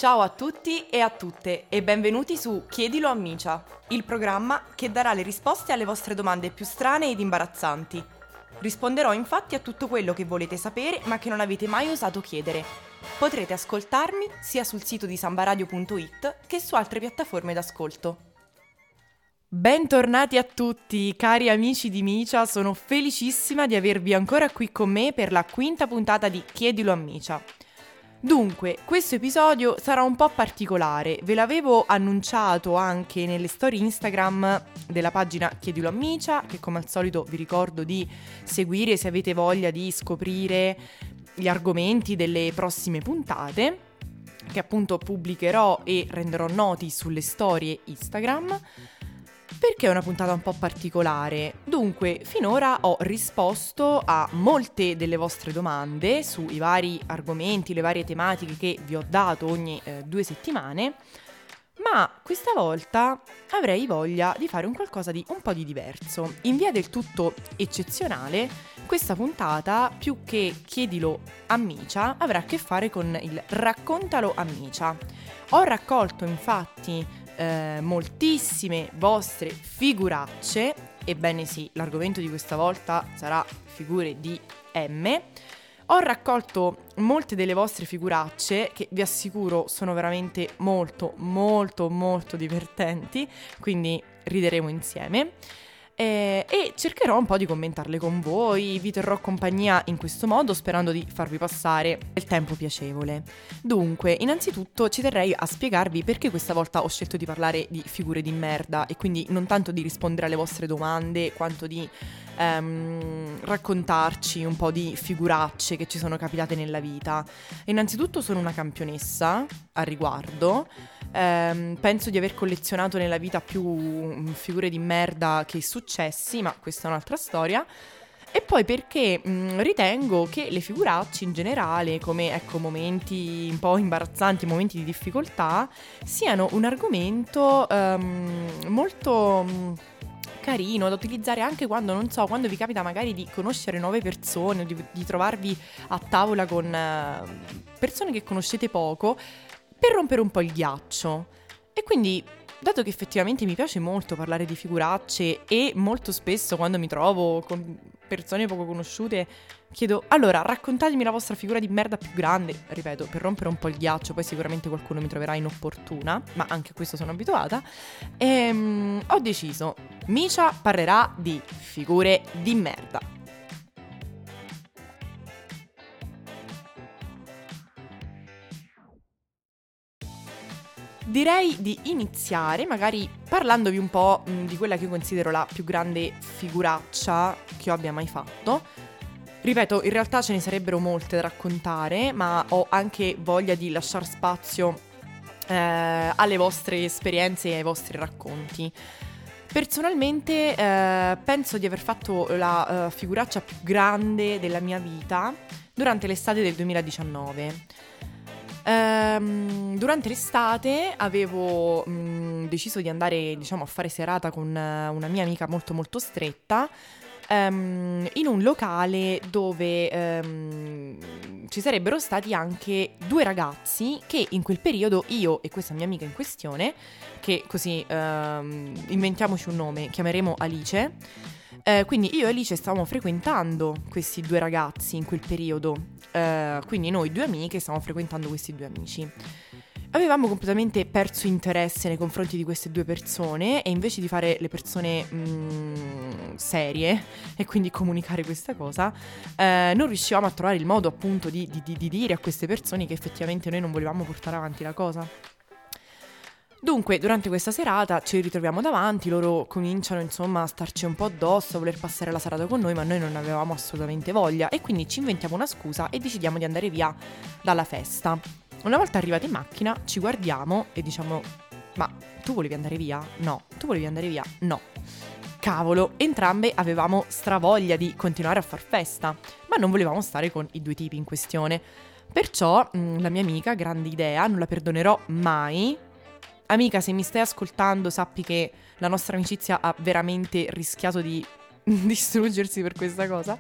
Ciao a tutti e a tutte e benvenuti su Chiedilo a Micia, il programma che darà le risposte alle vostre domande più strane ed imbarazzanti. Risponderò infatti a tutto quello che volete sapere ma che non avete mai osato chiedere. Potrete ascoltarmi sia sul sito di sambaradio.it che su altre piattaforme d'ascolto. Bentornati a tutti, cari amici di Micia, sono felicissima di avervi ancora qui con me per la quinta puntata di Chiedilo a Micia. Dunque, questo episodio sarà un po' particolare, ve l'avevo annunciato anche nelle storie Instagram della pagina Chiedilo a Micia, che come al solito vi ricordo di seguire se avete voglia di scoprire gli argomenti delle prossime puntate, che appunto pubblicherò e renderò noti sulle storie Instagram. Perché è una puntata un po' particolare? Dunque, finora ho risposto a molte delle vostre domande sui vari argomenti, le varie tematiche che vi ho dato ogni 2 settimane, ma questa volta avrei voglia di fare un qualcosa di un po' di diverso. In via del tutto eccezionale, questa puntata, più che Chiedilo a Micia, avrà a che fare con il Raccontalo a Micia. Ho raccolto infatti moltissime vostre figuracce, ebbene sì, l'argomento di questa volta sarà figure di M. Ho raccolto molte delle vostre figuracce che vi assicuro sono veramente molto divertenti, quindi rideremo insieme. E cercherò un po' di commentarle con voi, vi terrò compagnia in questo modo sperando di farvi passare del tempo piacevole. Dunque, innanzitutto ci terrei a spiegarvi perché questa volta ho scelto di parlare di figure di merda e quindi non tanto di rispondere alle vostre domande quanto di raccontarci un po' di figuracce che ci sono capitate nella vita. Innanzitutto sono una campionessa a riguardo. Penso di aver collezionato nella vita più figure di merda che successi, ma questa è un'altra storia. E poi perché ritengo che le figuracce in generale, come ecco momenti un po' imbarazzanti, momenti di difficoltà, siano un argomento molto carino da utilizzare anche quando, non so, quando vi capita magari di conoscere nuove persone o di trovarvi a tavola con persone che conoscete poco, per rompere un po' il ghiaccio. E quindi, dato che effettivamente mi piace molto parlare di figuracce e molto spesso quando mi trovo con persone poco conosciute chiedo: allora, raccontatemi la vostra figura di merda più grande, ripeto, per rompere un po' il ghiaccio, poi sicuramente qualcuno mi troverà inopportuna, ma anche a questo sono abituata, ho deciso, Micia parlerà di figure di merda. Direi di iniziare magari parlandovi un po' di quella che io considero la più grande figuraccia che io abbia mai fatto. Ripeto, in realtà ce ne sarebbero molte da raccontare, ma ho anche voglia di lasciare spazio alle vostre esperienze e ai vostri racconti. Personalmente penso di aver fatto la figuraccia più grande della mia vita durante l'estate del 2019. Durante l'estate avevo deciso di andare, diciamo, a fare serata con una mia amica molto stretta in un locale dove ci sarebbero stati anche 2 ragazzi che in quel periodo io e questa mia amica in questione, che così inventiamoci un nome, chiameremo Alice. Quindi io e Alice stavamo frequentando questi 2 ragazzi in quel periodo, quindi noi 2 amiche stavamo frequentando questi 2 amici. Avevamo completamente perso interesse nei confronti di queste 2 persone e invece di fare le persone serie e quindi comunicare questa cosa, non riuscivamo a trovare il modo appunto di dire a queste persone che effettivamente noi non volevamo portare avanti la cosa. Dunque, durante questa serata ci ritroviamo davanti, loro cominciano insomma a starci un po' addosso, a voler passare la serata con noi, ma noi non avevamo assolutamente voglia e quindi ci inventiamo una scusa e decidiamo di andare via dalla festa. Una volta arrivati in macchina ci guardiamo e diciamo: ma tu volevi andare via? No. Tu volevi andare via? No. Cavolo, entrambe avevamo stravoglia di continuare a far festa, ma non volevamo stare con i 2 tipi in questione. Perciò la mia amica, grande idea, non la perdonerò mai. Amica, se mi stai ascoltando, sappi che la nostra amicizia ha veramente rischiato di distruggersi per questa cosa.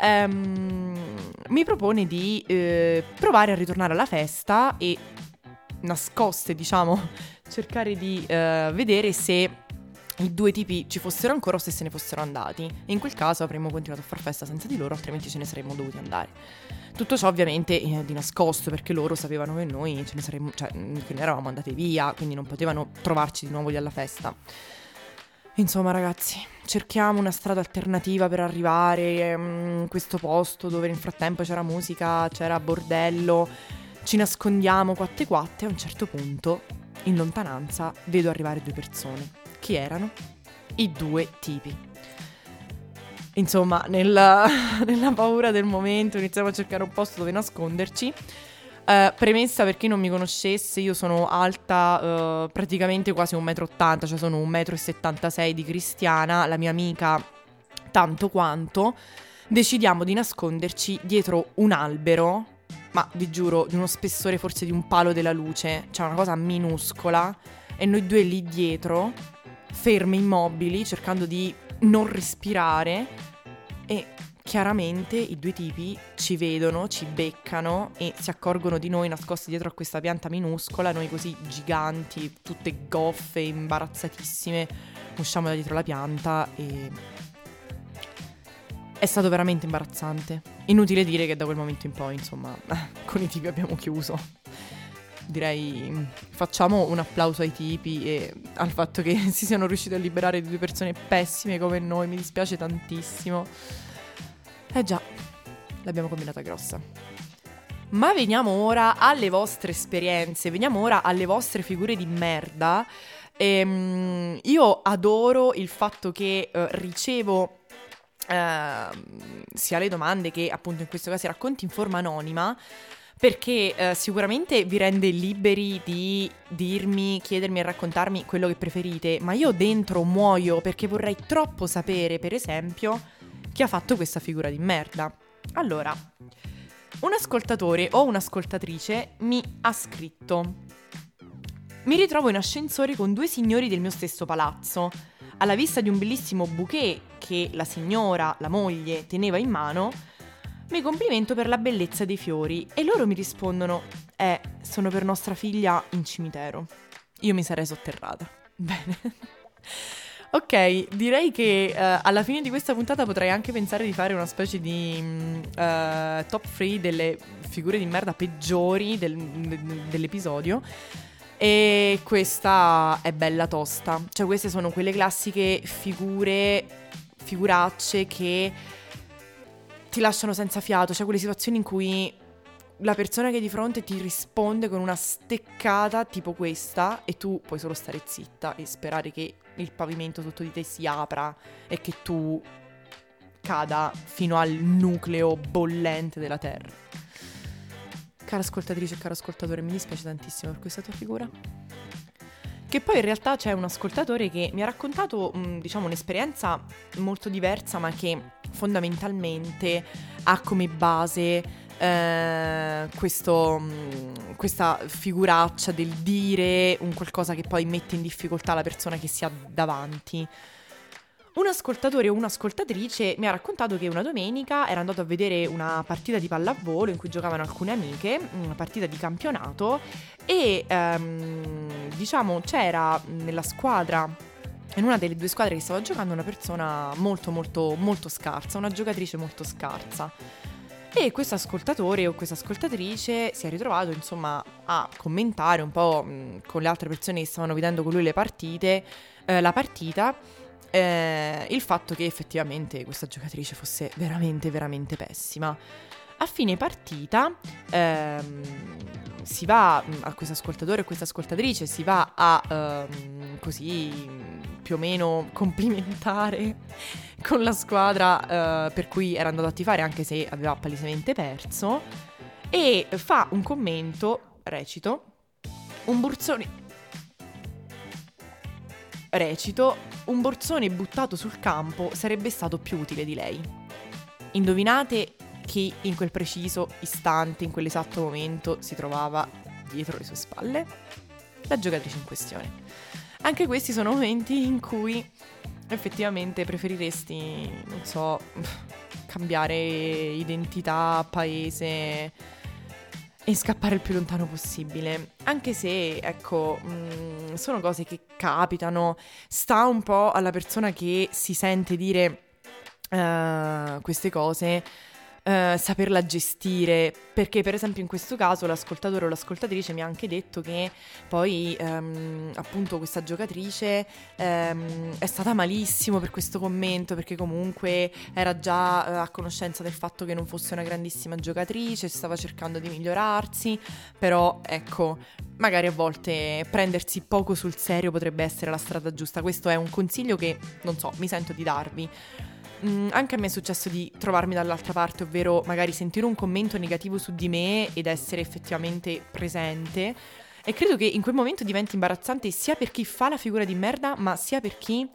Mi propone di provare a ritornare alla festa e nascoste, diciamo, cercare di vedere se i due tipi ci fossero ancora o se se ne fossero andati. E in quel caso avremmo continuato a far festa senza di loro, altrimenti ce ne saremmo dovuti andare. Tutto ciò ovviamente di nascosto, perché loro sapevano che noi ce ne saremmo, cioè che ne eravamo andate via, quindi non potevano trovarci di nuovo lì alla festa. Insomma ragazzi, cerchiamo una strada alternativa per arrivare in questo posto dove nel frattempo c'era musica, c'era bordello, ci nascondiamo quatte quatte. A un certo punto, in lontananza, vedo arrivare due persone. Chi erano? I due tipi. Insomma, nella paura del momento iniziamo a cercare un posto dove nasconderci. Premessa, per chi non mi conoscesse, io sono alta praticamente quasi 1,80 m, cioè sono 1,76 m di Cristiana, la mia amica tanto quanto. Decidiamo di nasconderci dietro un albero, ma vi giuro di uno spessore forse di un palo della luce, cioè una cosa minuscola, e noi due lì dietro, fermi, immobili, cercando di non respirare, e chiaramente i due tipi ci vedono, ci beccano e si accorgono di noi nascosti dietro a questa pianta minuscola, noi così giganti, tutte goffe, imbarazzatissime, usciamo da dietro la pianta e è stato veramente imbarazzante. Inutile dire che da quel momento in poi, insomma, con i tipi abbiamo chiuso. Direi facciamo un applauso ai tipi e al fatto che si siano riusciti a liberare di due persone pessime come noi, mi dispiace tantissimo. Già, l'abbiamo combinata grossa. Ma veniamo ora alle vostre esperienze, veniamo ora alle vostre figure di merda. Io adoro il fatto che ricevo sia le domande che appunto in questo caso i racconti in forma anonima, perché sicuramente vi rende liberi di dirmi, chiedermi e raccontarmi quello che preferite, ma io dentro muoio perché vorrei troppo sapere, per esempio, chi ha fatto questa figura di merda. Allora, un ascoltatore o un'ascoltatrice mi ha scritto: mi ritrovo in ascensore con due signori del mio stesso palazzo. Alla vista di un bellissimo bouquet che la signora, la moglie, teneva in mano, mi complimento per la bellezza dei fiori e loro mi rispondono: sono per nostra figlia in cimitero. Io mi sarei sotterrata. Bene. Ok, direi che alla fine di questa puntata potrei anche pensare di fare una specie di top 3 delle figure di merda peggiori dell'episodio. E questa è bella tosta. Cioè queste sono quelle classiche figuracce che ti lasciano senza fiato. Cioè quelle situazioni in cui la persona che è di fronte ti risponde con una steccata tipo questa e tu puoi solo stare zitta e sperare che il pavimento sotto di te si apra e che tu cada fino al nucleo bollente della terra. Cara ascoltatrice e caro ascoltatore, mi dispiace tantissimo per questa tua figura. Che poi in realtà c'è un ascoltatore che mi ha raccontato, diciamo, un'esperienza molto diversa, ma che fondamentalmente ha come base questa figuraccia del dire un qualcosa che poi mette in difficoltà la persona che si ha davanti. Un ascoltatore o un'ascoltatrice mi ha raccontato che una domenica era andato a vedere una partita di pallavolo in cui giocavano alcune amiche, una partita di campionato, e diciamo c'era nella squadra, in una delle due squadre che stava giocando, una persona molto molto molto scarsa, una giocatrice molto scarsa. E questo ascoltatore o questa ascoltatrice si è ritrovato insomma a commentare un po' con le altre persone che stavano vedendo con lui la partita, il fatto che effettivamente questa giocatrice fosse veramente veramente pessima. A fine partita si va a questo ascoltatore o questa ascoltatrice si va a così più o meno complimentare con la squadra per cui era andato a tifare, anche se aveva palesemente perso, e fa un commento, recito, un borsone buttato sul campo sarebbe stato più utile di lei. Indovinate chi in quel preciso istante, in quell'esatto momento, si trovava dietro le sue spalle? La giocatrice in questione. Anche questi sono momenti in cui effettivamente preferiresti, non so, cambiare identità, paese e scappare il più lontano possibile. Anche se, ecco, sono cose che capitano, sta un po' alla persona che si sente dire queste cose, saperla gestire, perché per esempio in questo caso l'ascoltatore o l'ascoltatrice mi ha anche detto che poi appunto questa giocatrice è stata malissimo per questo commento, perché comunque era già a conoscenza del fatto che non fosse una grandissima giocatrice, stava cercando di migliorarsi, però ecco, magari a volte prendersi poco sul serio potrebbe essere la strada giusta. Questo è un consiglio che, non so, mi sento di darvi. Anche a me è successo di trovarmi dall'altra parte, ovvero magari sentire un commento negativo su di me ed essere effettivamente presente, e credo che in quel momento diventi imbarazzante sia per chi fa la figura di merda, ma sia per chi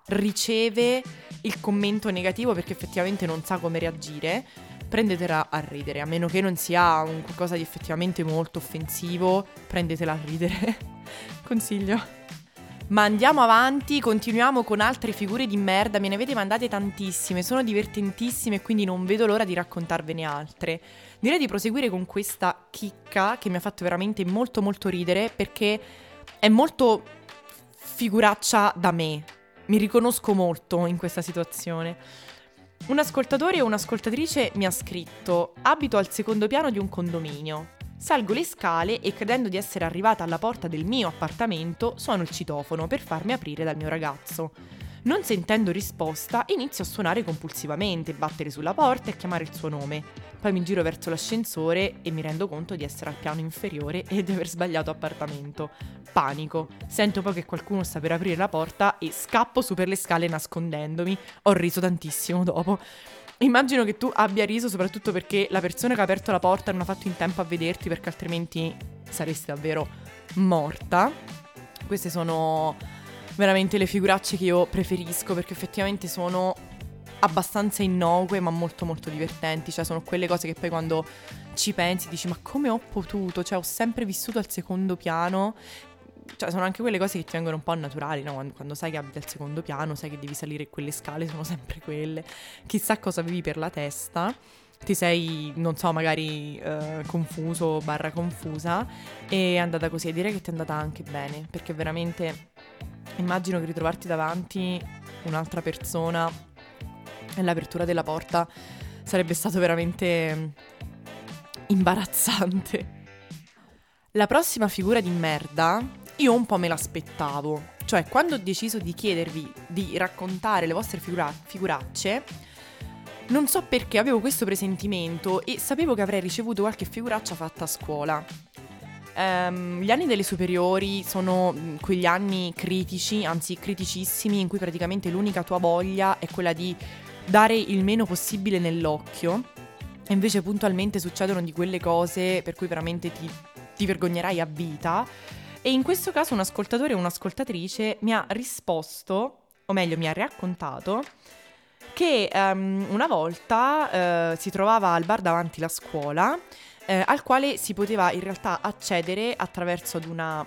riceve il commento negativo perché effettivamente non sa come reagire. Prendetela a ridere, a meno che non sia un qualcosa di effettivamente molto offensivo, prendetela a ridere. Consiglio. Ma andiamo avanti, continuiamo con altre figure di merda, me ne avete mandate tantissime, sono divertentissime e quindi non vedo l'ora di raccontarvene altre. Direi di proseguire con questa chicca che mi ha fatto veramente molto molto ridere, perché è molto figuraccia da me, mi riconosco molto in questa situazione. Un ascoltatore o un'ascoltatrice mi ha scritto: abito al secondo piano di un condominio. Salgo le scale e, credendo di essere arrivata alla porta del mio appartamento, suono il citofono per farmi aprire dal mio ragazzo. Non sentendo risposta, inizio a suonare compulsivamente, battere sulla porta e chiamare il suo nome. Poi mi giro verso l'ascensore e mi rendo conto di essere al piano inferiore e di aver sbagliato appartamento. Panico. Sento poi che qualcuno sta per aprire la porta e scappo su per le scale nascondendomi. Ho riso tantissimo dopo. Immagino che tu abbia riso soprattutto perché la persona che ha aperto la porta non ha fatto in tempo a vederti, perché altrimenti saresti davvero morta. Queste sono veramente le figuracce che io preferisco, perché effettivamente sono abbastanza innocue ma molto molto divertenti. Cioè sono quelle cose che poi quando ci pensi dici: ma come ho potuto? Cioè ho sempre vissuto al secondo piano. Cioè sono anche quelle cose che ti vengono un po' naturali, no? Quando sai che abiti al secondo piano, sai che devi salire quelle scale, sono sempre quelle. Chissà cosa avevi per la testa. Ti sei, non so, magari confuso / confusa, e è andata così. E direi che ti è andata anche bene, perché veramente immagino che ritrovarti davanti un'altra persona e l'apertura della porta sarebbe stato veramente imbarazzante. La prossima figura di merda io un po' me l'aspettavo. Cioè, quando ho deciso di chiedervi di raccontare le vostre figuracce, non so perché avevo questo presentimento e sapevo che avrei ricevuto qualche figuraccia fatta a scuola. Gli anni delle superiori sono quegli anni critici, anzi criticissimi, in cui praticamente l'unica tua voglia è quella di dare il meno possibile nell'occhio, e invece puntualmente succedono di quelle cose per cui veramente ti vergognerai a vita. E in questo caso un ascoltatore o un'ascoltatrice mi ha risposto, o meglio mi ha raccontato, che una volta si trovava al bar davanti la scuola, al quale si poteva in realtà accedere attraverso ad una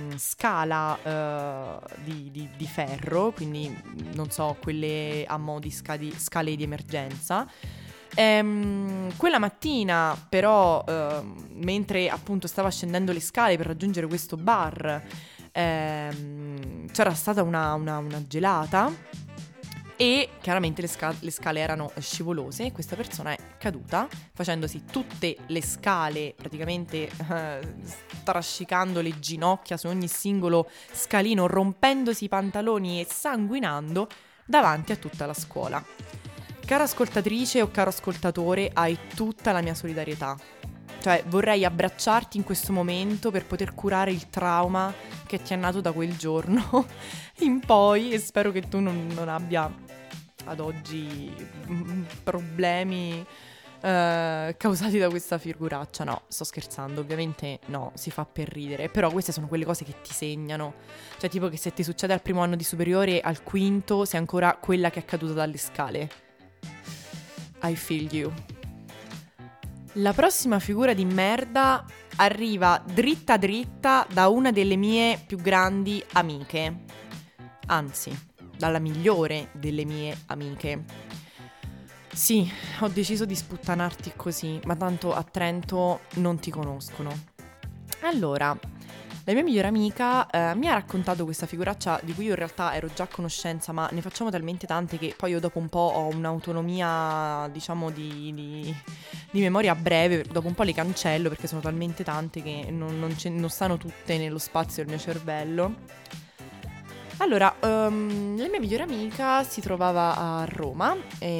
scala di ferro, quindi non so, quelle a mo' di scale di emergenza. Quella mattina però, mentre appunto stava scendendo le scale per raggiungere questo bar, c'era stata una gelata e chiaramente le scale erano scivolose e questa persona è caduta facendosi tutte le scale, praticamente strascicando le ginocchia su ogni singolo scalino, rompendosi i pantaloni e sanguinando davanti a tutta la scuola. Cara ascoltatrice o caro ascoltatore, hai tutta la mia solidarietà. Cioè, vorrei abbracciarti in questo momento per poter curare il trauma che ti è nato da quel giorno in poi, e spero che tu non abbia ad oggi problemi causati da questa figuraccia. No, sto scherzando, ovviamente no, si fa per ridere, però queste sono quelle cose che ti segnano. Cioè, tipo che se ti succede al primo anno di superiore, al quinto sei ancora quella che è caduta dalle scale. I feel you. La prossima figura di merda arriva dritta dritta da una delle mie più grandi amiche. Anzi, dalla migliore delle mie amiche. Sì, ho deciso di sputtanarti così, ma tanto a Trento non ti conoscono. Allora, la mia migliore amica mi ha raccontato questa figuraccia di cui io in realtà ero già a conoscenza, ma ne facciamo talmente tante che poi io dopo un po' ho un'autonomia, diciamo, di memoria breve, dopo un po' le cancello perché sono talmente tante che non stanno tutte nello spazio del mio cervello. Allora, la mia migliore amica si trovava a Roma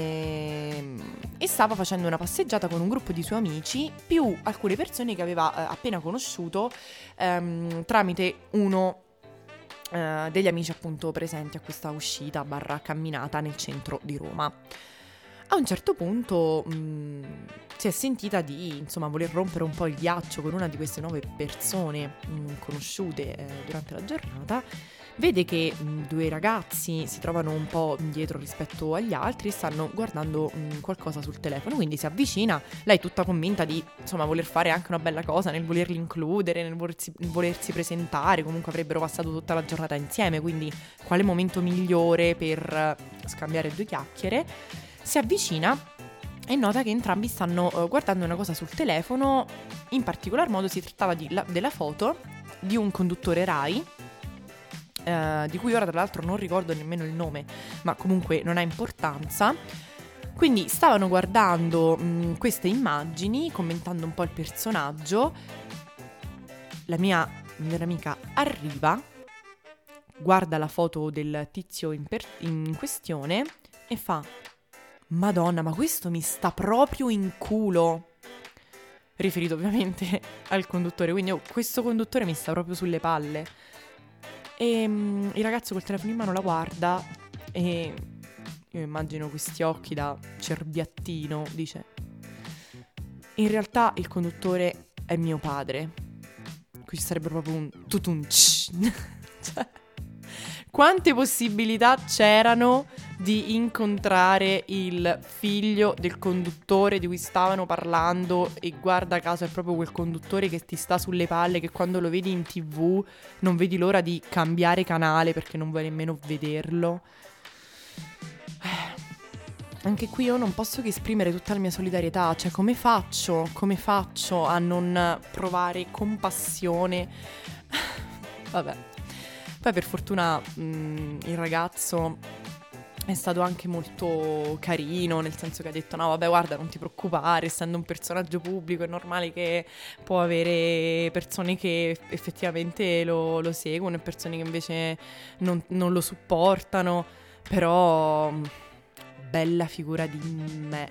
e stava facendo una passeggiata con un gruppo di suoi amici più alcune persone che aveva appena conosciuto tramite uno degli amici appunto presenti a questa uscita barra camminata nel centro di Roma. A un certo punto si è sentita di, insomma, voler rompere un po' il ghiaccio con una di queste nuove persone conosciute durante la giornata. Vede che due ragazzi si trovano un po' indietro rispetto agli altri e stanno guardando qualcosa sul telefono, quindi si avvicina, lei tutta convinta di, insomma, voler fare anche una bella cosa, nel volerli includere, nel volersi presentare, comunque avrebbero passato tutta la giornata insieme, quindi quale momento migliore per scambiare due chiacchiere. Si avvicina e nota che entrambi stanno guardando una cosa sul telefono, in particolar modo si trattava della foto di un conduttore Rai, di cui ora tra l'altro non ricordo nemmeno il nome, ma comunque non ha importanza. Quindi stavano guardando queste immagini, commentando un po' il personaggio. La mia migliore amica arriva, guarda la foto del tizio in questione e fa: Madonna, ma questo mi sta proprio in culo. Riferito ovviamente al conduttore, quindi questo conduttore mi sta proprio sulle palle. E il ragazzo col telefono in mano la guarda e io immagino questi occhi da cerbiattino, dice: in realtà il conduttore è mio padre. Qui ci sarebbe proprio un tutunc. Cioè, quante possibilità c'erano di incontrare il figlio del conduttore di cui stavano parlando e guarda caso è proprio quel conduttore che ti sta sulle palle, che quando lo vedi in TV non vedi l'ora di cambiare canale perché non vuoi nemmeno vederlo. Anche qui io non posso che esprimere tutta la mia solidarietà, cioè come faccio a non provare compassione? Vabbè. Poi per fortuna il ragazzo è stato anche molto carino, nel senso che ha detto: no vabbè, guarda, non ti preoccupare, essendo un personaggio pubblico è normale che può avere persone che effettivamente lo seguono e persone che invece non lo supportano, però bella figura di me.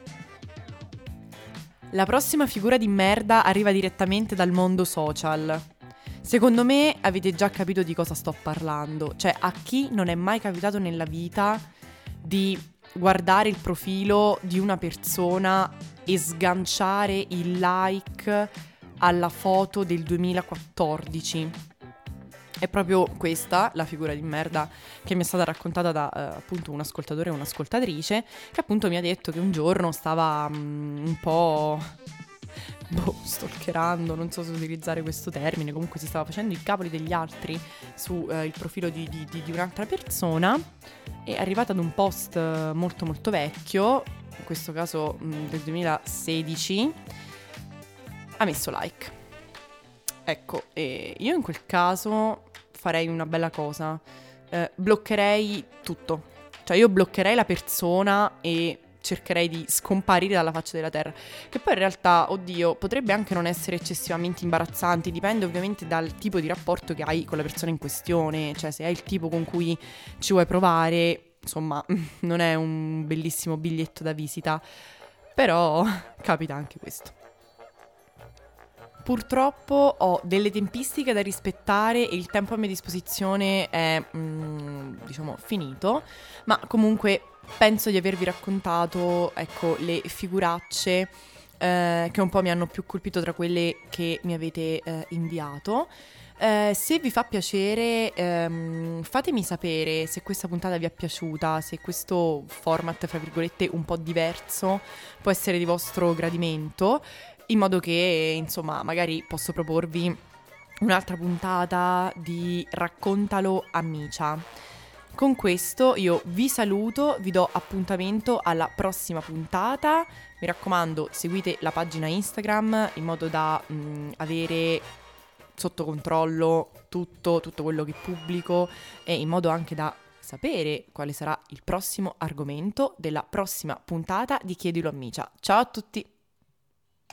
La prossima figura di merda arriva direttamente dal mondo social. Secondo me avete già capito di cosa sto parlando, cioè a chi non è mai capitato nella vita di guardare il profilo di una persona e sganciare il like alla foto del 2014. È proprio questa la figura di merda che mi è stata raccontata da appunto un ascoltatore e un'ascoltatrice, che appunto mi ha detto che un giorno stava un po' stalkerando, non so se utilizzare questo termine, comunque si stava facendo i cavoli degli altri su il profilo di un'altra persona. È arrivata ad un post molto molto vecchio, in questo caso del 2016, ha messo like. Ecco, e io in quel caso farei una bella cosa, bloccherei tutto, cioè io bloccherei la persona e cercherei di scomparire dalla faccia della terra, che poi in realtà, oddio, potrebbe anche non essere eccessivamente imbarazzante, dipende ovviamente dal tipo di rapporto che hai con la persona in questione, cioè se hai il tipo con cui ci vuoi provare, insomma, non è un bellissimo biglietto da visita, però capita anche questo. Purtroppo ho delle tempistiche da rispettare e il tempo a mia disposizione è, diciamo, finito, ma comunque penso di avervi raccontato, ecco, le figuracce che un po' mi hanno più colpito tra quelle che mi avete inviato. Se vi fa piacere, fatemi sapere se questa puntata vi è piaciuta, se questo format, fra virgolette, un po' diverso può essere di vostro gradimento, in modo che, insomma, magari posso proporvi un'altra puntata di Raccontalo a Micia, Con questo io vi saluto, vi do appuntamento alla prossima puntata. Mi raccomando, seguite la pagina Instagram in modo da avere sotto controllo tutto quello che pubblico e in modo anche da sapere quale sarà il prossimo argomento della prossima puntata di Chiedilo a Micia. Ciao a tutti!